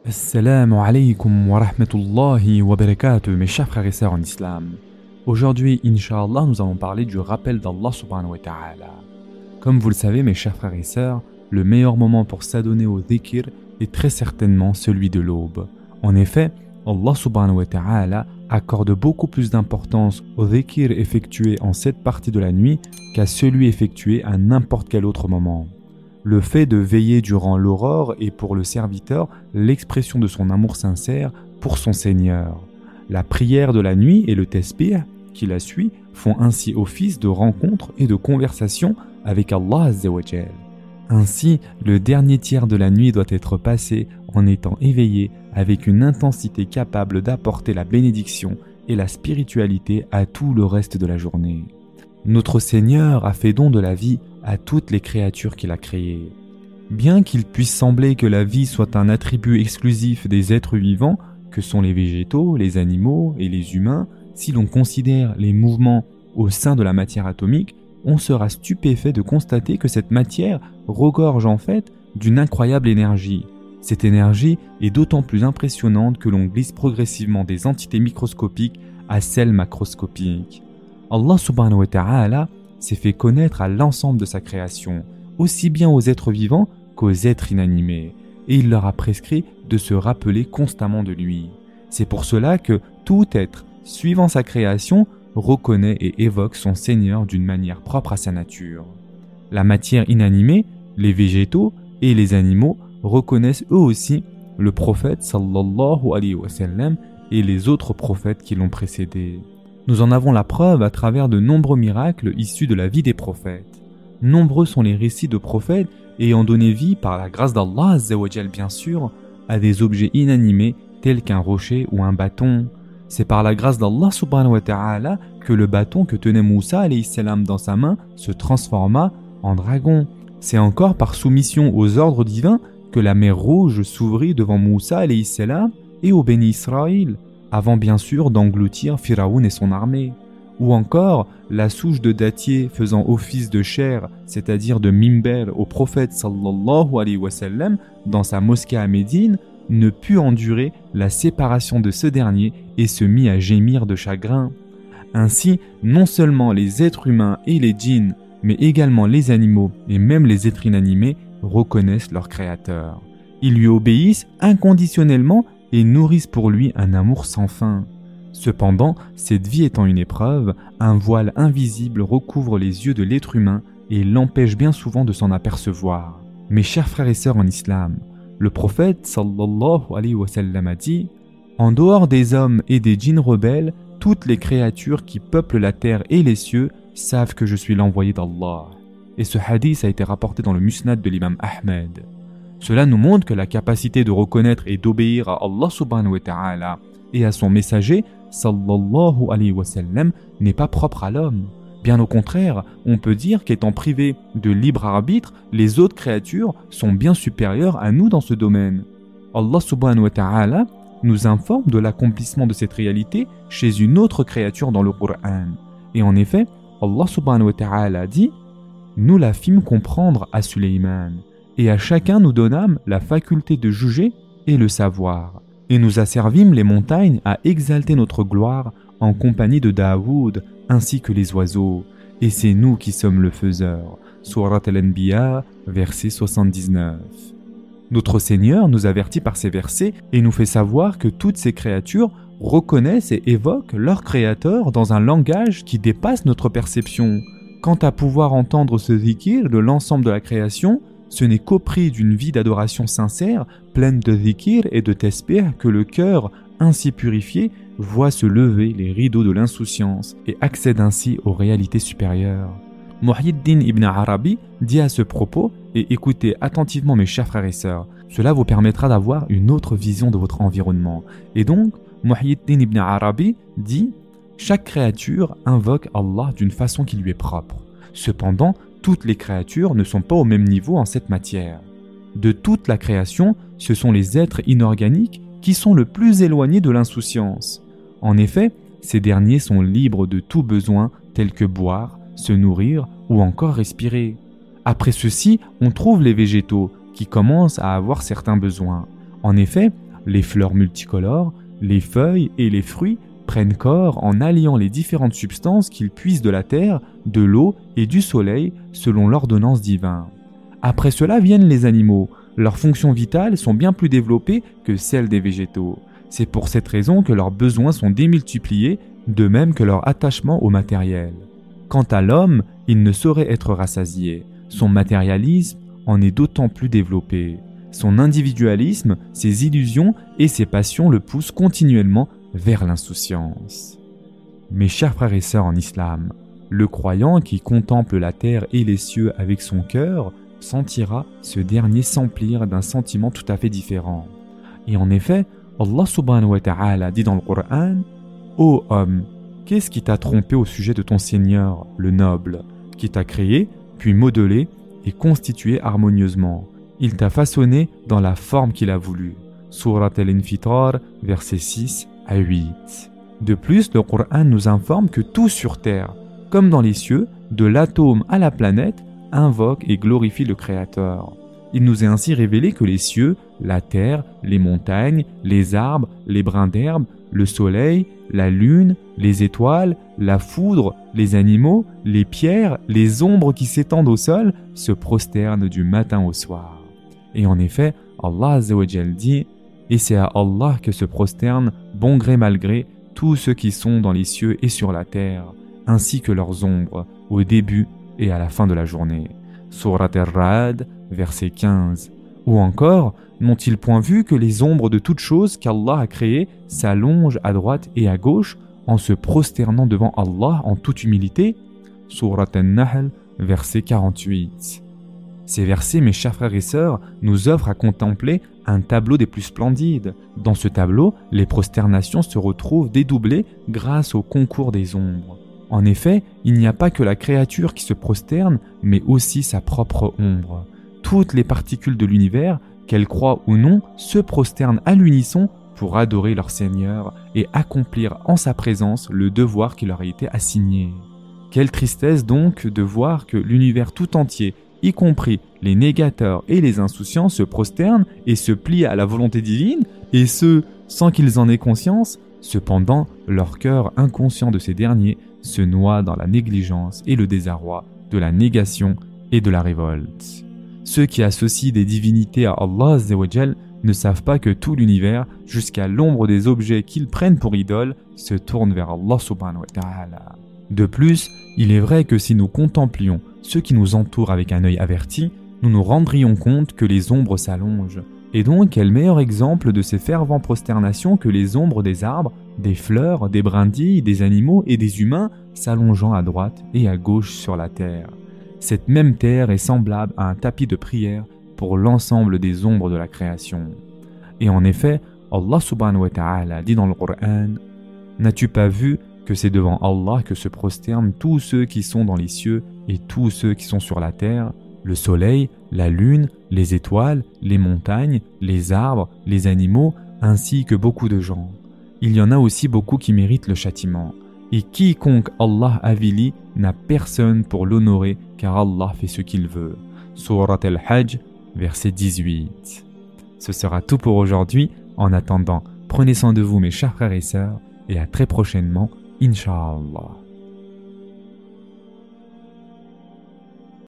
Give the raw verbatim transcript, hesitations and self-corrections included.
Assalamu alaikum wa rahmatullahi wa barakatuh, mes chers frères et sœurs en islam. Aujourd'hui, Inch'Allah, nous allons parler du rappel d'Allah subhanahu wa ta'ala. Comme vous le savez, mes chers frères et sœurs, le meilleur moment pour s'adonner au dhikr est très certainement celui de l'aube. En effet, Allah subhanahu wa ta'ala accorde beaucoup plus d'importance au dhikr effectué en cette partie de la nuit qu'à celui effectué à n'importe quel autre moment. Le fait de veiller durant l'aurore est pour le serviteur l'expression de son amour sincère pour son Seigneur. La prière de la nuit et le tasbih qui la suit font ainsi office de rencontre et de conversation avec Allah Azza wa Jal. Ainsi, le dernier tiers de la nuit doit être passé en étant éveillé avec une intensité capable d'apporter la bénédiction et la spiritualité à tout le reste de la journée. Notre Seigneur a fait don de la vie à toutes les créatures qu'il a créées. Bien qu'il puisse sembler que la vie soit un attribut exclusif des êtres vivants, que sont les végétaux, les animaux et les humains, si l'on considère les mouvements au sein de la matière atomique, on sera stupéfait de constater que cette matière regorge en fait d'une incroyable énergie. Cette énergie est d'autant plus impressionnante que l'on glisse progressivement des entités microscopiques à celles macroscopiques. Allah subhanahu wa ta'ala s'est fait connaître à l'ensemble de sa création, aussi bien aux êtres vivants qu'aux êtres inanimés, et il leur a prescrit de se rappeler constamment de lui. C'est pour cela que tout être, suivant sa création, reconnaît et évoque son Seigneur d'une manière propre à sa nature. La matière inanimée, les végétaux et les animaux reconnaissent eux aussi le prophète sallallahu alayhi wa sallam et les autres prophètes qui l'ont précédé. Nous en avons la preuve à travers de nombreux miracles issus de la vie des prophètes. Nombreux sont les récits de prophètes ayant donné vie par la grâce d'Allah Azza wa Jal bien sûr à des objets inanimés tels qu'un rocher ou un bâton. C'est par la grâce d'Allah subhanahu wa ta'ala que le bâton que tenait Moussa alayhi salam dans sa main se transforma en dragon. C'est encore par soumission aux ordres divins que la mer Rouge s'ouvrit devant Moussa alayhi salam et au béni Israël, avant bien sûr d'engloutir Pharaon et son armée. Ou encore, la souche de dattier faisant office de chair, c'est-à-dire de mimber au prophète sallallahu alayhi wa sallam dans sa mosquée à Médine, ne put endurer la séparation de ce dernier et se mit à gémir de chagrin. Ainsi, non seulement les êtres humains et les djinns, mais également les animaux et même les êtres inanimés reconnaissent leur créateur. Ils lui obéissent inconditionnellement et nourrissent pour lui un amour sans fin. Cependant, cette vie étant une épreuve, un voile invisible recouvre les yeux de l'être humain et l'empêche bien souvent de s'en apercevoir. Mes chers frères et sœurs en islam, le prophète sallallahu alayhi wa sallam a dit « En dehors des hommes et des djinns rebelles, toutes les créatures qui peuplent la terre et les cieux savent que je suis l'envoyé d'Allah. » Et ce hadith a été rapporté dans le musnad de l'imam Ahmed. Cela nous montre que la capacité de reconnaître et d'obéir à Allah subhanahu wa ta'ala et à son messager sallallahu alayhi wa sallam n'est pas propre à l'homme. Bien au contraire, on peut dire qu'étant privés de libre arbitre, les autres créatures sont bien supérieures à nous dans ce domaine. Allah subhanahu wa ta'ala nous informe de l'accomplissement de cette réalité chez une autre créature dans le Coran. Et en effet, Allah subhanahu wa ta'ala dit « Nous la fîmes comprendre à Sulayman. Et à chacun nous donnâmes la faculté de juger et le savoir. Et nous asservîmes les montagnes à exalter notre gloire en compagnie de Daoud ainsi que les oiseaux. Et c'est nous qui sommes le faiseur. » Surat Al-Anbiya, verset soixante-dix-neuf. Notre Seigneur nous avertit par ces versets et nous fait savoir que toutes ces créatures reconnaissent et évoquent leur Créateur dans un langage qui dépasse notre perception. Quant à pouvoir entendre ce dhikr de l'ensemble de la création, ce n'est qu'au prix d'une vie d'adoration sincère, pleine de dhikr et de tasbih que le cœur, ainsi purifié, voit se lever les rideaux de l'insouciance et accède ainsi aux réalités supérieures. Muhyiddin ibn Arabi dit à ce propos, et écoutez attentivement mes chers frères et sœurs, cela vous permettra d'avoir une autre vision de votre environnement. Et donc, Muhyiddin ibn Arabi dit « Chaque créature invoque Allah d'une façon qui lui est propre. Cependant, toutes les créatures ne sont pas au même niveau en cette matière. De toute la création, ce sont les êtres inorganiques qui sont le plus éloignés de l'insouciance. En effet, ces derniers sont libres de tout besoin tels que boire, se nourrir ou encore respirer. Après ceci, on trouve les végétaux qui commencent à avoir certains besoins. En effet, les fleurs multicolores, les feuilles et les fruits prennent corps en alliant les différentes substances qu'ils puisent de la terre, de l'eau et du soleil selon l'ordonnance divine. Après cela viennent les animaux. Leurs fonctions vitales sont bien plus développées que celles des végétaux. C'est pour cette raison que leurs besoins sont démultipliés, de même que leur attachement au matériel. Quant à l'homme, il ne saurait être rassasié. Son matérialisme en est d'autant plus développé. Son individualisme, ses illusions et ses passions le poussent continuellement vers l'insouciance. Mes chers frères et sœurs en islam, le croyant qui contemple la terre et les cieux avec son cœur sentira ce dernier s'emplir d'un sentiment tout à fait différent. Et en effet, Allah subhanahu wa ta'ala dit dans le Coran: « Ô homme, qu'est-ce qui t'a trompé au sujet de ton Seigneur, le noble, qui t'a créé, puis modelé et constitué harmonieusement. Il t'a façonné dans la forme qu'il a voulu. » Surat Al-Infitar, versets six à huit. De plus, le Coran nous informe que tout sur terre, comme dans les cieux, de l'atome à la planète, invoque et glorifie le Créateur. Il nous est ainsi révélé que les cieux, la terre, les montagnes, les arbres, les brins d'herbe, le soleil, la lune, les étoiles, la foudre, les animaux, les pierres, les ombres qui s'étendent au sol se prosternent du matin au soir. Et en effet, Allah Azza wa Jal dit: « Et c'est à Allah que se prosternent, bon gré mal gré, tous ceux qui sont dans les cieux et sur la terre, ainsi que leurs ombres, au début et à la fin de la journée. » Surat Ar-Ra'd, verset quinze. Ou encore, n'ont-ils point vu que les ombres de toutes choses qu'Allah a créées s'allongent à droite et à gauche en se prosternant devant Allah en toute humilité? Surat An-Nahl, verset quarante-huit. Ces versets, mes chers frères et sœurs, nous offrent à contempler un tableau des plus splendides. Dans ce tableau, les prosternations se retrouvent dédoublées grâce au concours des ombres. En effet, il n'y a pas que la créature qui se prosterne, mais aussi sa propre ombre. Toutes les particules de l'univers, qu'elles croient ou non, se prosternent à l'unisson pour adorer leur Seigneur et accomplir en sa présence le devoir qui leur a été assigné. Quelle tristesse donc de voir que l'univers tout entier, y compris les négateurs et les insouciants, se prosternent et se plient à la volonté divine, et ce, sans qu'ils en aient conscience. Cependant, leur cœur inconscient de ces derniers se noie dans la négligence et le désarroi de la négation et de la révolte. Ceux qui associent des divinités à Allah Azza wa Jal ne savent pas que tout l'univers, jusqu'à l'ombre des objets qu'ils prennent pour idoles, se tourne vers Allah subhanahu wa ta'ala. De plus, il est vrai que si nous contemplions ceux qui nous entourent avec un œil averti, nous nous rendrions compte que les ombres s'allongent. Et donc, quel meilleur exemple de ces ferventes prosternations que les ombres des arbres, des fleurs, des brindilles, des animaux et des humains s'allongeant à droite et à gauche sur la terre. Cette même terre est semblable à un tapis de prière pour l'ensemble des ombres de la création. Et en effet, Allah subhanahu wa ta'ala dit dans le Coran: « N'as-tu pas vu que c'est devant Allah que se prosternent tous ceux qui sont dans les cieux et tous ceux qui sont sur la terre, le soleil, la lune, les étoiles, les montagnes, les arbres, les animaux, ainsi que beaucoup de gens. Il y en a aussi beaucoup qui méritent le châtiment. Et quiconque Allah avilit n'a personne pour l'honorer, car Allah fait ce qu'il veut. » Surat Al-Hajj, verset dix-huit. Ce sera tout pour aujourd'hui. En attendant, prenez soin de vous mes chers frères et sœurs, et à très prochainement, Inch'Allah.